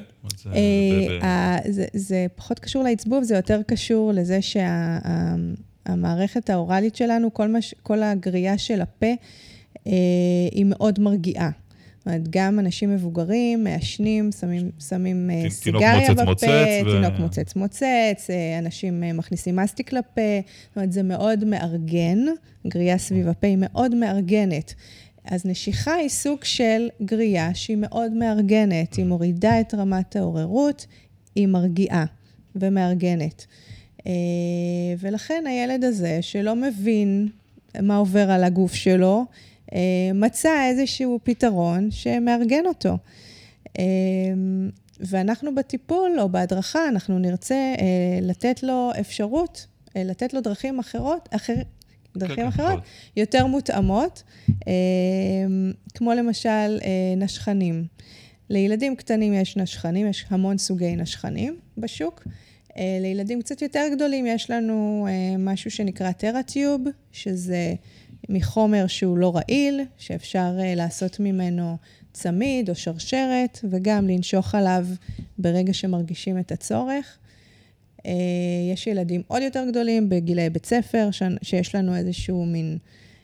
Speaker 2: זה פחות קשור לעצבוב, זה יותר קשור לזה שהמערכת האורלית שלנו, כל הגרייה של הפה, היא מאוד מרגיעה. זאת אומרת, גם אנשים מבוגרים, מעשנים, שמים סיגריה בפה, תינוק מוצץ, אנשים מכניסים מסטיק לפה, זאת אומרת, זה מאוד מארגן, גרייה סביב הפה היא מאוד מארגנת. אז נשיכה היא סוג של גרייה שהיא מאוד מארגנת, היא מורידה את רמת העוררות, היא מרגיעה ומארגנת. ולכן הילד הזה, שלא מבין מה עובר על הגוף שלו, מצא איזשהו פתרון שמארגן אותו. ואנחנו בטיפול או בהדרכה, אנחנו נרצה לתת לו אפשרות, לתת לו דרכים אחרות, יותר מותאמות, כמו למשל נשכנים. לילדים קטנים יש נשכנים, יש המון סוגי נשכנים בשוק. לילדים קצת יותר גדולים יש לנו משהו שנקרא טרטיוב, שזה מחומר שהוא לא רעיל, שאפשר לעשות ממנו צמיד או שרשרת, וגם לנשוך עליו ברגע שמרגישים את הצורך. יש ילדים עוד יותר גדולים בגילי בית ספר, שיש לנו איזשהו מין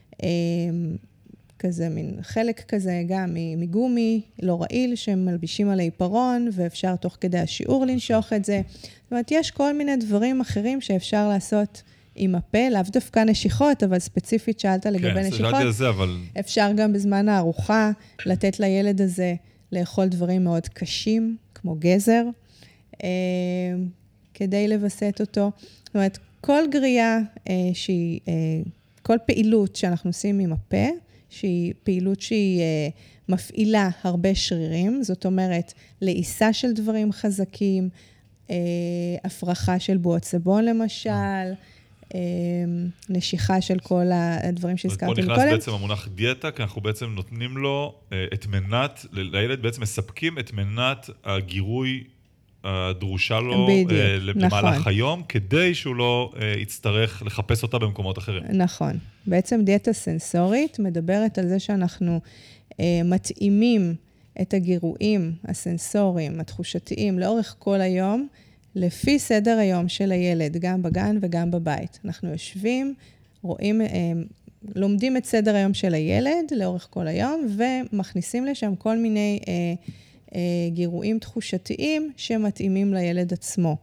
Speaker 2: כזה, מין חלק כזה, גם מגומי, לא רעיל, שהם מלבישים על העיפרון, ואפשר תוך כדי השיעור לנשוך את זה. זאת אומרת, יש כל מיני דברים אחרים שאפשר לעשות עם הפה, לאו דווקא נשיכות, אבל ספציפית שאלת לגבי נשיכות. כן,
Speaker 1: זה, אבל...
Speaker 2: אפשר גם בזמן הארוחה לתת לילד הזה לאכול דברים מאוד קשים, כמו גזר, כדי לבסט אותו. זאת אומרת, כל גרייה שהיא, כל פעילות שאנחנו עושים עם הפה, שהיא פעילות שהיא מפעילה הרבה שרירים, זאת אומרת, לעיסה של דברים חזקים, הפרחה של בועות סבון למשל, נשיכה של כל הדברים שהזכרתי מקודם.
Speaker 1: פה נכנס בעצם המונח דיאטה, כי אנחנו בעצם נותנים לו את מנת, לילד בעצם מספקים את מנת הגירוי הדרושה לו במהלך היום, כדי שהוא לא יצטרך לחפש אותה במקומות אחרים.
Speaker 2: נכון. בעצם דיאטה סנסורית מדברת על זה שאנחנו מתאימים את הגירויים הסנסוריים, התחושתיים, לאורך כל היום, לפי סדר היום של הילד, גם בגן וגם בבית. אנחנו יושבים, רואים, לומדים את סדר היום של הילד לאורך כל היום, ומכניסים לשם כל מיני גירויים תחושתיים שמתאימים לילד עצמו.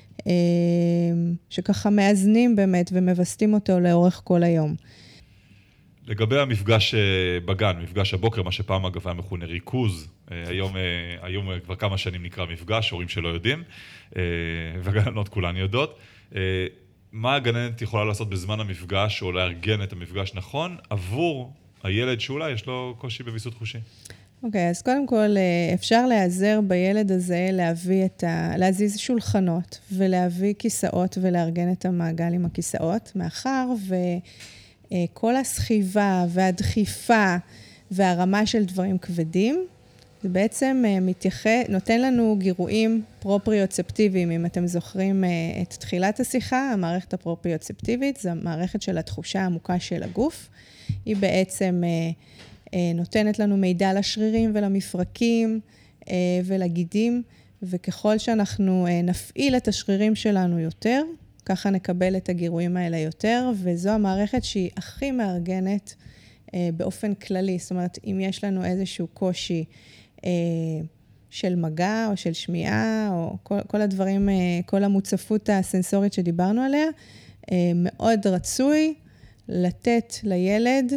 Speaker 2: שככה מאזנים באמת ומבסטים אותו לאורך כל היום.
Speaker 1: לגבי המפגש בגן, מפגש הבוקר, מה שפעם אגב היה מכונה ריכוז, היום כבר כמה שנים נקרא מפגש, הורים שלא יודעים, והגננות כולן יודעות. מה הגננת יכולה לעשות בזמן המפגש, או לארגן את המפגש נכון, עבור הילד שאולי יש לו קושי בביסות חושי?
Speaker 2: אוקיי, אז קודם כל אפשר להיעזר בילד הזה, להזיז שולחנות ולהביא כיסאות ולארגן את המעגל עם הכיסאות, מאחר וכל הסחיבה והדחיפה והרמה של דברים כבדים, זה בעצם נותן לנו גירויים פרופריוצפטיביים. אם אתם זוכרים את תחילת השיחה, המערכת הפרופריוצפטיבית, זו המערכת של התחושה העמוקה של הגוף. היא בעצם נותנת לנו מידע לשרירים ולמפרקים ולגידים, וככל שאנחנו נפעיל את השרירים שלנו יותר, ככה נקבל את הגירויים האלה יותר, וזו המערכת שהיא הכי מארגנת באופן כללי. זאת אומרת, אם יש לנו איזשהו קושי של מגע או של שמיעה, או כל הדברים, כל המוצפות הסנסורית שדיברנו עליה, מאוד רצוי לתת לילד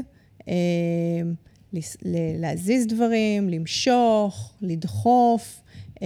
Speaker 2: להזיז דברים, למשוך, לדחוף,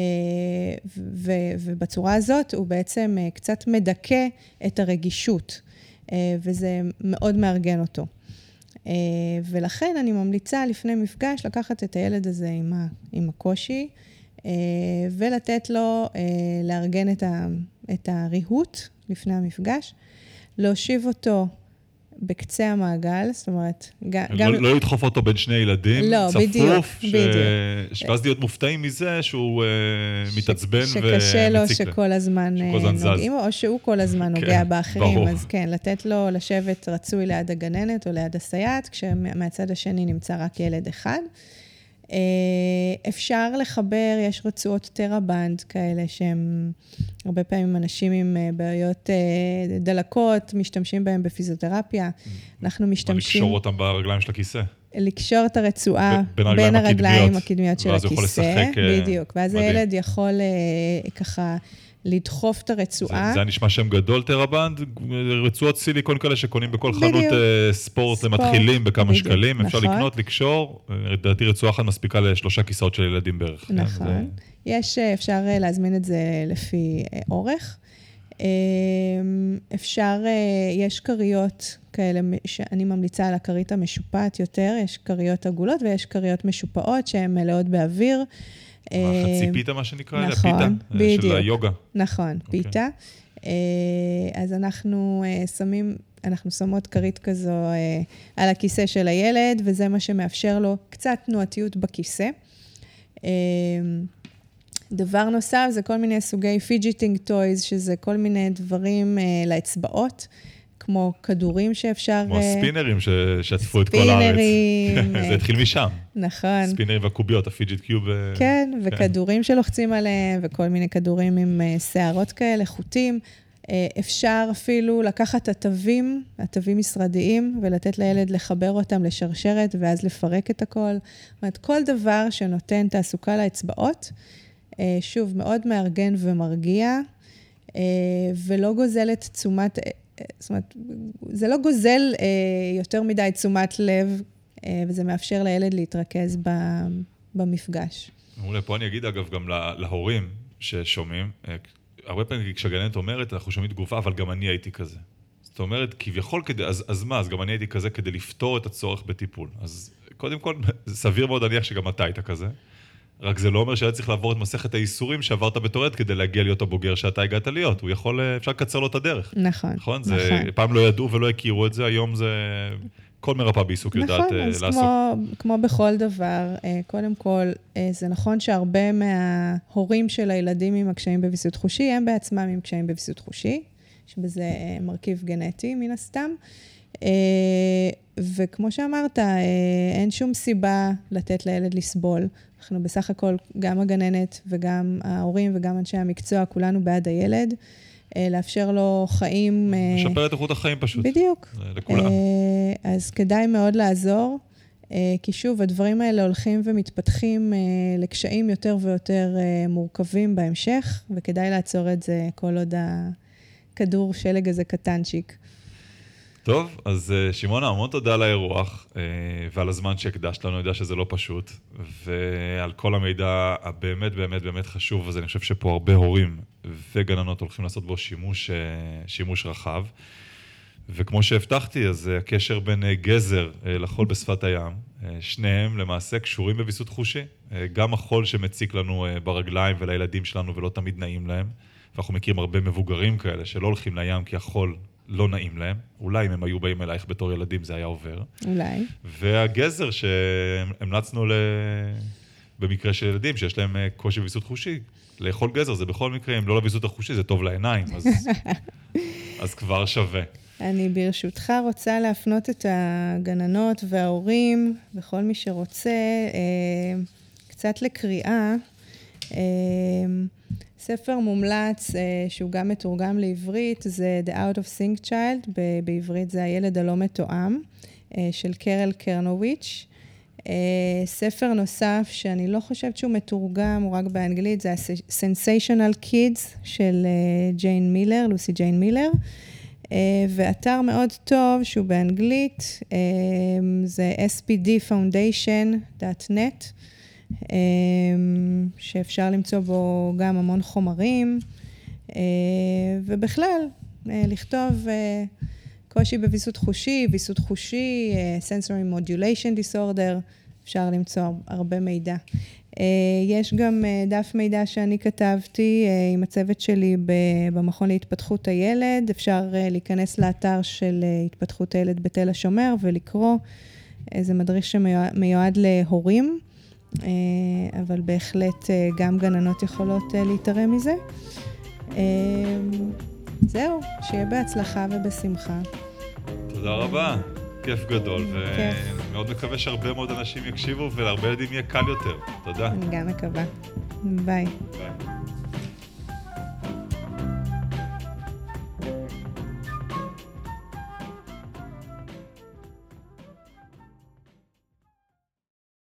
Speaker 2: ובצורה הזאת הוא בעצם קצת מדכא את הרגישות, וזה מאוד מארגן אותו. ולכן אני ממליצה לפני מפגש לקחת את הילד הזה עם הקושי, ולתת לו לארגן את הריהוט לפני המפגש, להושיב אותו בקצה המעגל, זאת אומרת,
Speaker 1: לא לדחוף אותו בין שני ילדים,
Speaker 2: לא,
Speaker 1: צפוף, ואז להיות מופתעים מזה שהוא מתעצבן ומציק להם.
Speaker 2: שקשה לו שכל הזמן נוגעים, או שהוא כל הזמן נוגע באחרים, אז כן, לתת לו לשבת רצוי ליד הגננת או ליד הסייעת, כשמהצד השני נמצא רק ילד אחד. אפשר לחבר, יש רצועות טראבנד כאלה, שהם הרבה פעמים אנשים עם בעיות דלקות, משתמשים בהם בפיזיותרפיה. אנחנו משתמשים...
Speaker 1: לקשור אותם ברגליים של הכיסא.
Speaker 2: לקשור את הרצועה בין הרגליים הקדמיות של הכיסא.
Speaker 1: ואז הוא יכול לשחק.
Speaker 2: בדיוק, ואז הילד יכול ככה... לדחוף את הרצועה.
Speaker 1: זה נשמע שם גדול, טראבנד, רצועות סיליקון כאלה שקונים בכל חנות ספורט למתחילים בכמה שקלים, אפשר לקנות, לקשור, לדעתי רצועה אחת מספיקה ל3 כיסאות של ילדים בערך.
Speaker 2: נכון. אפשר להזמין את זה לפי אורך. יש קריות כאלה, שאני ממליצה על הקרית המשופעת יותר, יש קריות עגולות ויש קריות משופעות שהן מלאות באוויר,
Speaker 1: חצי פיתה, מה שנקרא,
Speaker 2: נכון,
Speaker 1: פיתה של היוגה.
Speaker 2: נכון, פיתה. אז אנחנו שמות קרית כזו על הכיסא של הילד, וזה מה שמאפשר לו קצת תנועתיות בכיסא. דבר נוסף, זה כל מיני סוגי פיג'יטינג טויז, שזה כל מיני דברים לאצבעות, כמו כדורים שאפשר...
Speaker 1: כמו הספינרים ששטפו את כל הארץ. ספינרים. זה התחיל משם.
Speaker 2: נכון.
Speaker 1: ספינרים והקוביות, הפיג'יט קיוב.
Speaker 2: כן, וכדורים שלוחצים עליהם, וכל מיני כדורים עם שערות כאלה, חוטים. אפשר אפילו לקחת עטבים משרדיים, ולתת לילד לחבר אותם לשרשרת, ואז לפרק את הכל. זאת אומרת, כל דבר שנותן תעסוקה לאצבעות, שוב, מאוד מארגן ומרגיע, ולא גוזל את תשומת... זאת אומרת, זה לא גוזל יותר מדי תשומת לב, וזה מאפשר לילד להתרכז במפגש.
Speaker 1: מעולה, פה אני אגיד אגב גם להורים ששומעים, הרבה פעמים כשהגננת אומרת, אנחנו שומעים תגובה, אבל גם אני הייתי כזה. זאת אומרת, כביכול כדי, אז מה? אז גם אני הייתי כזה כדי לפתור את הצורך בטיפול. אז קודם כל, סביר מאוד להניח שגם אתה היית כזה. רק זה לא אומר שהיה צריך לעבור את מסכת האיסורים שעברת בתורת כדי להגיע להיות הבוגר שאתה הגעת להיות. הוא יכול, אפשר לקצר לו את הדרך.
Speaker 2: נכון.
Speaker 1: נכון? זה, פעם לא ידעו ולא הכירו את זה, היום זה כל מרפאה בעיסוק יודעת לעסוק.
Speaker 2: נכון, אז כמו בכל דבר, קודם כל, זה נכון שהרבה מההורים של הילדים עם הקשיים בוויסות חושי, הם בעצמם עם קשיים בוויסות חושי, שבזה מרכיב גנטי מן הסתם. וכמו שאמרת, אין שום סיבה לתת לילד לסבול. אנחנו בסך הכל, גם הגננת וגם ההורים וגם אנשי המקצוע, כולנו בעד הילד, לאפשר לו חיים...
Speaker 1: לשפר את איכות החיים פשוט.
Speaker 2: בדיוק.
Speaker 1: לכולם.
Speaker 2: אז כדאי מאוד לעזור, כי שוב, הדברים האלה הולכים ומתפתחים לקשיים יותר ויותר מורכבים בהמשך, וכדאי לעצור את זה כל עוד הכדור שלג הזה קטנצ'יק.
Speaker 1: טוב, אז שמעונה, המון תודה על האירוח ועל הזמן שהקדשת לנו, יודע שזה לא פשוט, ועל כל המידע הבאמת באמת באמת חשוב, אז אני חושב שפה הרבה הורים וגננות הולכים לעשות בו שימוש רחב, וכמו שהבטחתי, אז הקשר בין גזר לחול בשפת הים, שניהם למעשה קשורים בוויסות חושי, גם החול שמציק לנו ברגליים ולילדים שלנו ולא תמיד נעים להם, ואנחנו מכירים הרבה מבוגרים כאלה שלא הולכים לים כי החול לא נעים להם, אולי אם הם היו באים אלייך בתור ילדים זה היה עובר.
Speaker 2: אולי.
Speaker 1: והגזר שהמלצנו במקרה של ילדים שיש להם קושי בוויסות חושי, לאכול גזר זה בכל מקרה, אם לא לוויסות החושי, זה טוב לעיניים, אז כבר שווה.
Speaker 2: אני ברשותך רוצה להפנות את הגננות וההורים, וכל מי שרוצה, קצת לקריאה. ספר מומלץ שהוא גם מתורגם לעברית, זה The Out of Sync Child, בעברית זה הילד הלא מתואם, של קרל קרנוביץ'. ספר נוסף שאני לא חושבת שהוא מתורגם, הוא רק באנגלית, זה ה-Sensational Kids של ג'יין מילר, לוסי ג'יין מילר. ואתר מאוד טוב שהוא באנגלית, זה spdfoundation.net, שאפשר למצוא בו גם המון חומרים, ובכלל, לכתוב קושי בוויסות חושי, ויסות חושי, sensory modulation disorder, אפשר למצוא הרבה מידע. יש גם דף מידע שאני כתבתי עם הצוות שלי במכון להתפתחות הילד, אפשר להיכנס לאתר של התפתחות הילד בתל השומר ולקרוא, זה מדריך שמיועד להורים, אבל בהחלט גם גננות יכולות להתערם מזה. זהו, שיהיה בהצלחה ובשמחה.
Speaker 1: תודה רבה, כיף גדול, ומאוד מקווה שהרבה מאוד אנשים יקשיבו ולהרבה ילדים יהיה קל יותר. תודה.
Speaker 2: אני גם מקווה. ביי.
Speaker 1: ביי.